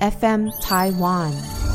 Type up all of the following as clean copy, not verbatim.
FM Taiwan。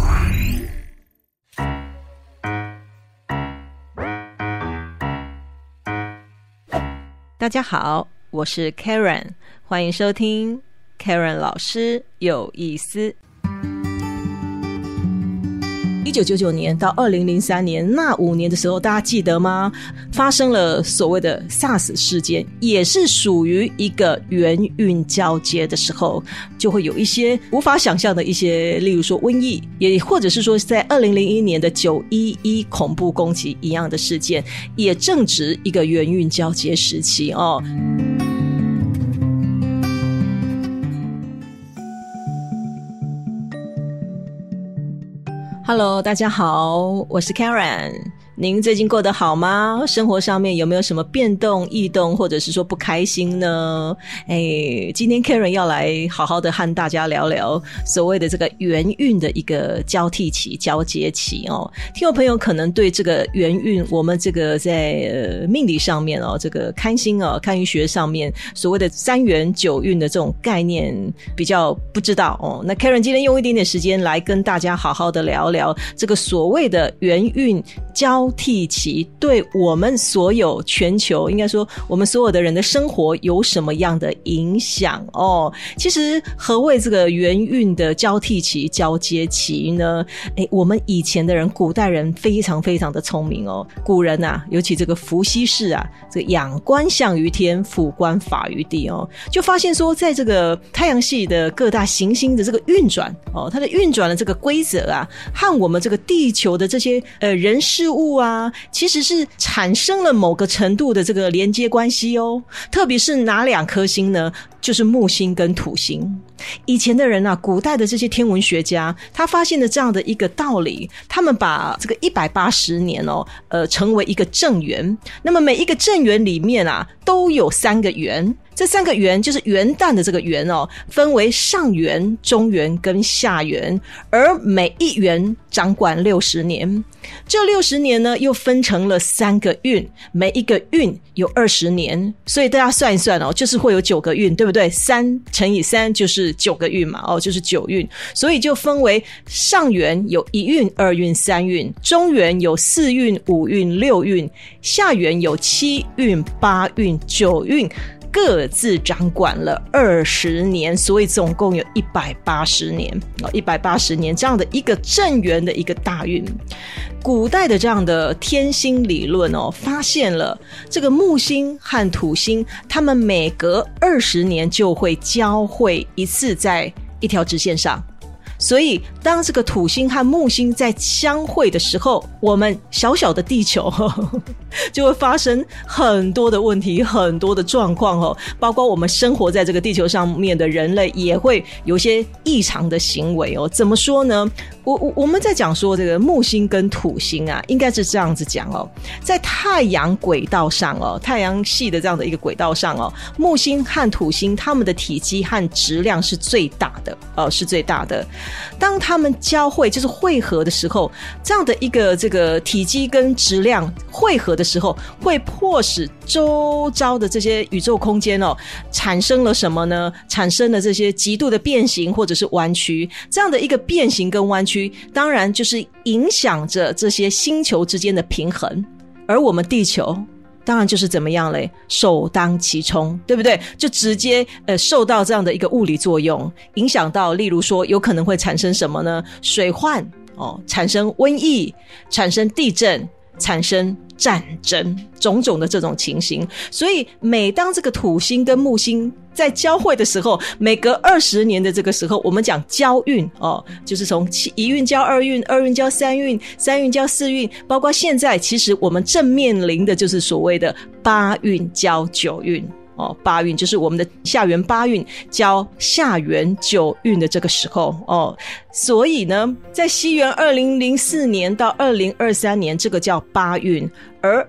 大家好，我是 Karen， 欢迎收听 Karen 老师有意思。1999年到2003年那5年的时候，大家记得吗？发生了所谓的 SARS 事件，也是属于一个元运交接的时候，就会有一些无法想象的一些，例如说瘟疫，也或者是说在2001年的911恐怖攻击一样的事件，也正值一个元运交接时期哦。Hello， 大家好，我是 Karen。您最近过得好吗？生活上面有没有什么变动、异动，或者是说不开心呢？今天 Karen 要来好好的和大家聊聊所谓的这个元运的一个交替期、交接期哦。听众朋友可能对这个元运，我们这个在命理上面哦，这个看星哦、看运学上面所谓的3元9运的这种概念比较不知道哦。那 Karen 今天用一点点时间来跟大家好好的聊聊这个所谓的元运交替期对我们所有全球，应该说我们所有的人的生活有什么样的影响哦。其实何谓这个元运的交替期、交接期呢？我们以前的人，古代人非常非常的聪明哦。古人啊，尤其这个伏羲氏啊，这个仰观象于天，俯观法于地哦，就发现说在这个太阳系的各大行星的这个运转哦，它的运转的这个规则啊，和我们这个地球的这些人事物啊，其实是产生了某个程度的这个连接关系哦。特别是哪2颗星呢？就是木星跟土星。以前的人啊，古代的这些天文学家，他发现了这样的一个道理，他们把这个180年哦，成为一个正元。那么每一个正元里面啊，都有3个元。这3个元就是元旦的这个元哦，分为上元、中元跟下元，而每一元掌管60年。这60年呢，又分成了3个运，每一个运有20年，所以大家算一算哦，就是会有9个运，对不对？3乘以3就是9个运嘛，哦，就是9运，所以就分为上元有1运、2运、3运，中元有4运、5运、6运，下元有7运、8运、9运。各自掌管了20年，所以总共有180年，180年这样的一个正元的一个大运。古代的这样的天星理论哦，发现了这个木星和土星，它们每隔20年就会交汇一次在一条直线上。所以当这个土星和木星在相会的时候，我们小小的地球就会发生很多的问题，很多的状况包括我们生活在这个地球上面的人类也会有些异常的行为怎么说呢？我们在讲说这个木星跟土星啊，应该是这样子讲在太阳轨道上太阳系的这样的一个轨道上木星和土星它们的体积和质量是最大的是最大的。当它们交汇就是汇合的时候，这样的一个这个体积跟质量汇合的时候，会迫使周遭的这些宇宙空间产生了什么呢？产生了这些极度的变形或者是弯曲。这样的一个变形跟弯曲，当然就是影响着这些星球之间的平衡，而我们地球当然就是怎么样嘞？首当其冲，对不对？就直接受到这样的一个物理作用，影响到例如说有可能会产生什么呢？水患产生瘟疫，产生地震，产生战争，种种的这种情形。所以每当这个土星跟木星在交汇的时候，每隔20年的这个时候，我们讲交运就是从1运交2运，2运交3运，3运交4运，包括现在其实我们正面临的就是所谓的8运交9运8运就是我们的下元8运交下元9运的这个时候所以呢，在西元2004年到2023年这个叫8运，而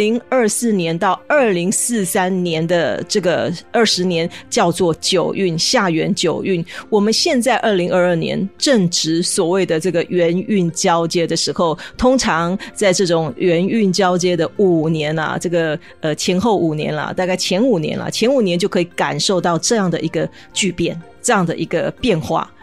2024年到2043年的这个20年叫做9运，下元9运。我们现在2022年正值所谓的这个元运交接的时候，通常在这种元运交接的5年这个前后5年大概前5年就可以感受到这样的一个巨变，这样的一个变化。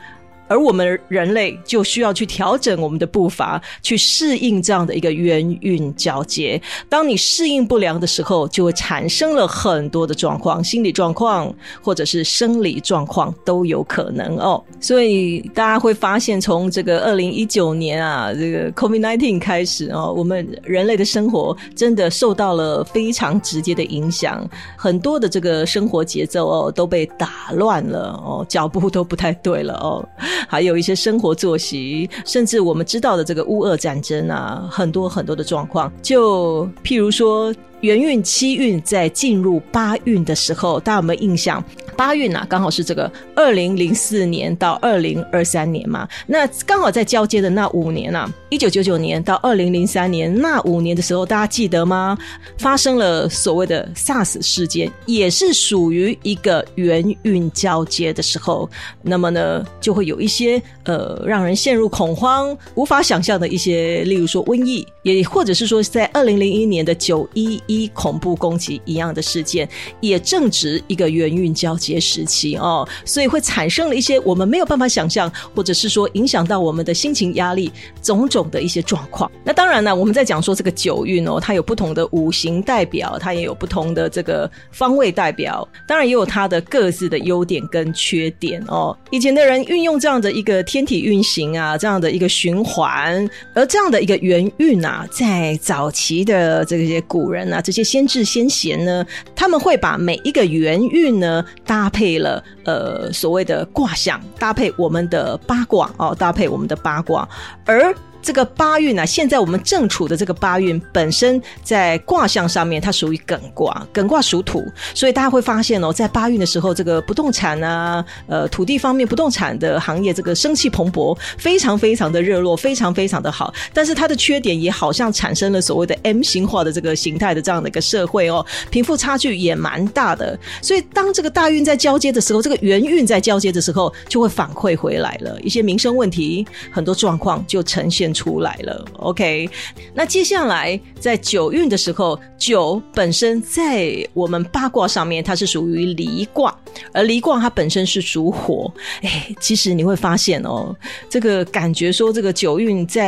而我们人类就需要去调整我们的步伐，去适应这样的一个元运交接。当你适应不良的时候，就会产生了很多的状况，心理状况或者是生理状况都有可能哦。所以大家会发现，从这个2019年啊，这个 COVID-19 开始哦，我们人类的生活真的受到了非常直接的影响，很多的这个生活节奏哦都被打乱了哦，脚步都不太对了哦，还有一些生活作息，甚至我们知道的这个乌俄战争啊，很多很多的状况，就譬如说元运七运在进入八运的时候，大家有没有印象？八运啊，刚好是这个2004年到2023年嘛，那刚好在交接的那5年啊，1999年到2003年那5年的时候，大家记得吗？发生了所谓的 SARS 事件，也是属于一个元运交接的时候。那么呢，就会有一些让人陷入恐慌、无法想象的一些，例如说瘟疫，也或者是说在2001年的911恐怖攻击一样的事件，也正值一个元运交接时期哦，所以会产生了一些我们没有办法想象，或者是说影响到我们的心情压力种种的一些状况。那当然呢，我们在讲说这个九运哦，它有不同的五行代表，它也有不同的这个方位代表，当然也有它的各自的优点跟缺点哦。以前的人运用这样的一个天体运行啊，这样的一个循环，而这样的一个元运啊，在早期的这些古人啊，这些先智先贤呢，他们会把每一个元运呢搭配了所谓的卦象，搭配我们的八卦哦，搭配我们的八卦。而这个八运啊，现在我们正处的这个八运本身在卦象上面它属于艮卦，艮卦属土，所以大家会发现哦，在八运的时候，这个不动产啊土地方面不动产的行业这个生气蓬勃，非常非常的热络，非常非常的好。但是它的缺点也好像产生了所谓的 M 型化的这个形态的这样的一个社会哦，贫富差距也蛮大的。所以当这个大运在交接的时候，这个元运在交接的时候，就会反馈回来了一些民生问题，很多状况就呈现出来了。 OK， 那接下来在九运的时候，九本身在我们八卦上面它是属于离卦，而离卦它本身是属火。其实你会发现哦，这个感觉说这个九运在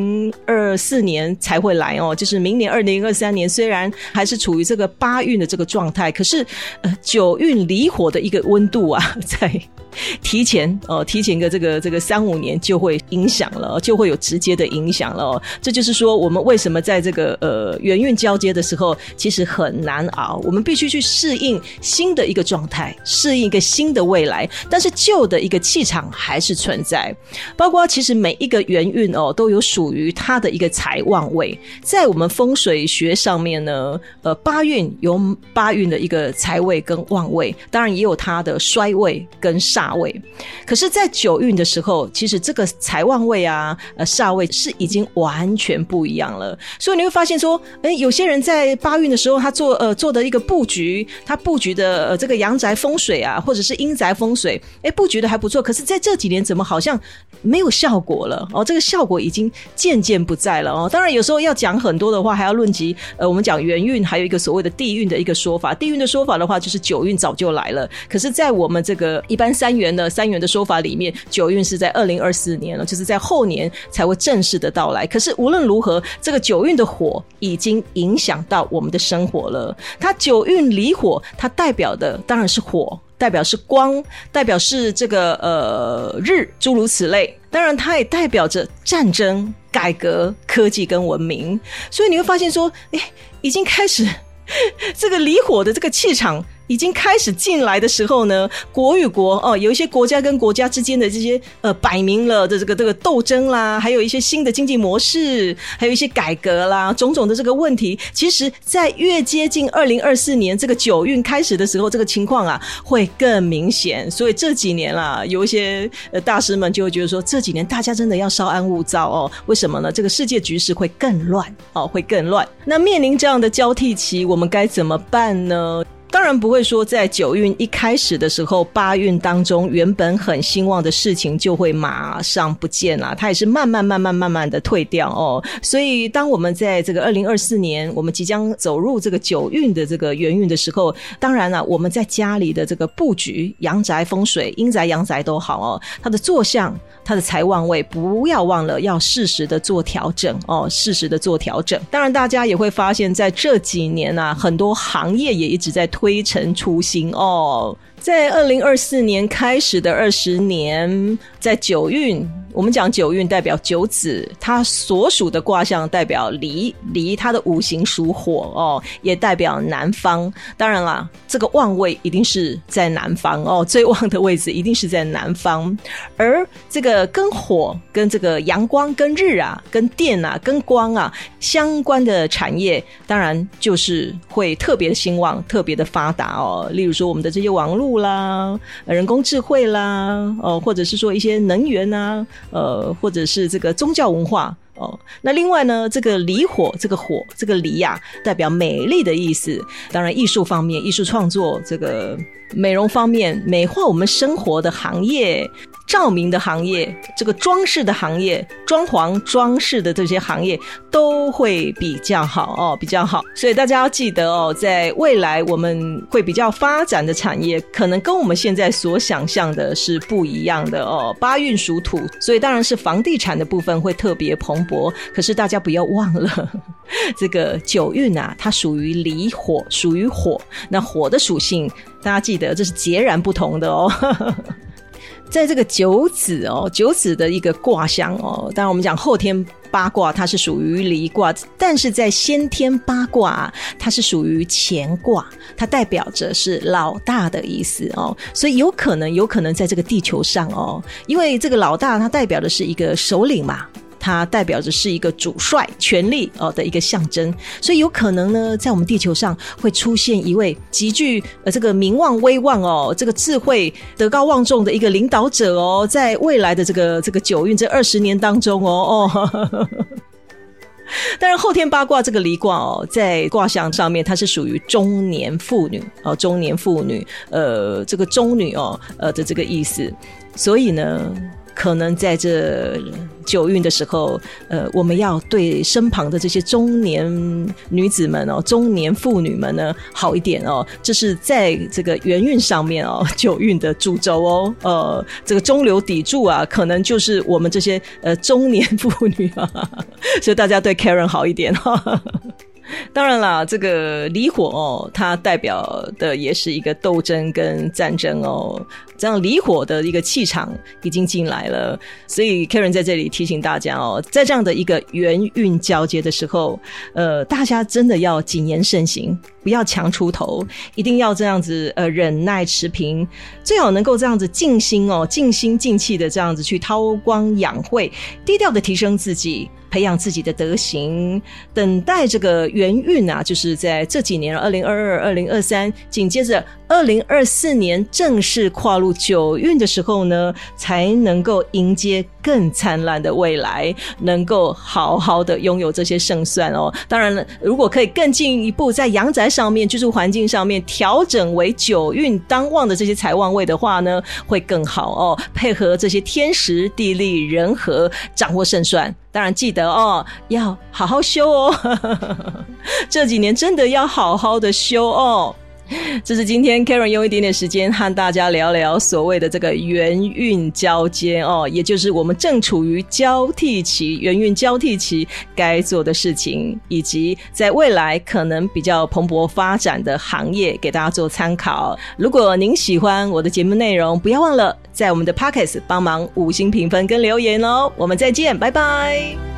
2024年才会来哦，就是明年2023年虽然还是处于这个八运的这个状态，可是九运离火的一个温度啊，在提前个这个3-5年就会影响了，就会有直接的影响了哦。这就是说我们为什么在这个元运交接的时候其实很难熬，我们必须去适应新的一个状态，适应一个新的未来，但是旧的一个气场还是存在。包括其实每一个元运哦都有属于它的一个财旺位，在我们风水学上面呢八运有八运的一个财位跟旺位，当然也有它的衰位跟煞位。可是在九运的时候，其实这个财旺位啊煞位是已经完全不一样了。所以你会发现说有些人在八运的时候他做的一个布局，他布局的这个阳宅风水啊，或者是阴宅风水布局的还不错，可是在这几年怎么好像没有效果了哦，这个效果已经渐渐不在了哦。当然有时候要讲很多的话还要论及我们讲元运还有一个所谓的地运的一个说法，地运的说法的话就是九运早就来了，可是在我们这个一般三元的说法里面，九运是在2024年了，就是在后年才会正式的到来。可是无论如何，这个九运的火已经影响到我们的生活了。它九运离火，它代表的当然是火，代表是光，代表是这个日，诸如此类。当然它也代表着战争、改革、科技跟文明。所以你会发现说已经开始这个离火的这个气场已经开始进来的时候呢，国与国有一些国家跟国家之间的这些摆明了的这个斗争啦，还有一些新的经济模式，还有一些改革啦，种种的这个问题，其实在越接近2024年这个九运开始的时候，这个情况啊会更明显。所以这几年啦，有一些大师们就会觉得说，这几年大家真的要稍安勿躁哦。为什么呢？这个世界局势会更乱会更乱。那面临这样的交替期，我们该怎么办呢？ 当然不会说在九运一开始的时候八运当中原本很兴旺的事情就会马上不见了，它也是慢慢的退掉哦。所以当我们在这个2024年我们即将走入这个九运的这个元运的时候，当然了，我们在家里的这个布局阳宅风水阴宅阳宅都好哦，它的坐向它的财旺位不要忘了要适时的做调整哦，适时的做调整。当然大家也会发现在这几年啊，很多行业也一直在推陈出新哦。在2024年开始的20年，在九运，我们讲九运代表九子，它所属的卦象代表离，离它的五行属火哦，也代表南方。当然啦，这个旺位一定是在南方哦，最旺的位置一定是在南方。而这个跟火、跟这个阳光、跟日啊、跟电啊、跟光啊相关的产业，当然就是会特别的兴旺、特别的发达哦。例如说我们的这些网络啦、人工智慧啦，或者是说一些能源啊，或者是这个宗教文化哦。那另外呢，这个离火，这个火，这个离啊，代表美丽的意思。当然艺术方面，艺术创作，这个美容方面，美化我们生活的行业，照明的行业，这个装饰的行业，装潢装饰的这些行业都会比较好哦，比较好。所以大家要记得哦，在未来我们会比较发展的产业，可能跟我们现在所想象的是不一样的哦。八运属土，所以当然是房地产的部分会特别蓬勃。可是大家不要忘了，这个九运啊，它属于离火，属于火。那火的属性，大家记得这是截然不同的哦。在这个九子哦，九子的一个卦象哦，当然我们讲后天八卦它是属于离卦，但是在先天八卦它是属于乾卦，它代表着是老大的意思哦，所以有可能在这个地球上哦，因为这个老大它代表的是一个首领嘛，它代表着是一个主帅权力的一个象征，所以有可能呢，在我们地球上会出现一位极具这个名望威望哦，这个智慧德高望重的一个领导者哦，在未来的这个九运这20年当中哦。当然后天八卦这个离卦哦，在卦象上面它是属于中年妇女哦，中年妇女这个中女哦的这个意思，所以呢可能在这九运的时候我们要对身旁的这些中年女子们哦，中年妇女们呢好一点哦，这是在这个元运上面哦，九运的主轴哦，这个中流砥柱啊，可能就是我们这些中年妇女啊，所以大家对 Karen 好一点哦。当然啦，这个离火哦，它代表的也是一个斗争跟战争哦，这样离火的一个气场已经进来了，所以 Karen 在这里提醒大家哦，在这样的一个元运交接的时候大家真的要谨言慎行，不要强出头，一定要这样子忍耐持平，最好能够这样子静心哦，静心静气的这样子去韬光养晦，低调的提升自己，培养自己的德行，等待这个元运啊，就是在这几年2022、2023，紧接着2024年正式跨入九运的时候呢，才能够迎接更灿烂的未来，能够好好的拥有这些胜算哦。当然了，如果可以更进一步在阳宅上面、居住环境上面调整为九运当旺的这些财旺位的话呢，会更好哦。配合这些天时地利人和，掌握胜算。当然记得哦，要好好修哦，这几年真的要好好的修哦。这是今天 Karen 用一点点时间和大家聊聊所谓的这个元运交接哦，也就是我们正处于交替期，元运交替期该做的事情，以及在未来可能比较蓬勃发展的行业给大家做参考。如果您喜欢我的节目内容，不要忘了在我们的 Podcast 帮忙5星评分跟留言哦。我们再见，拜拜。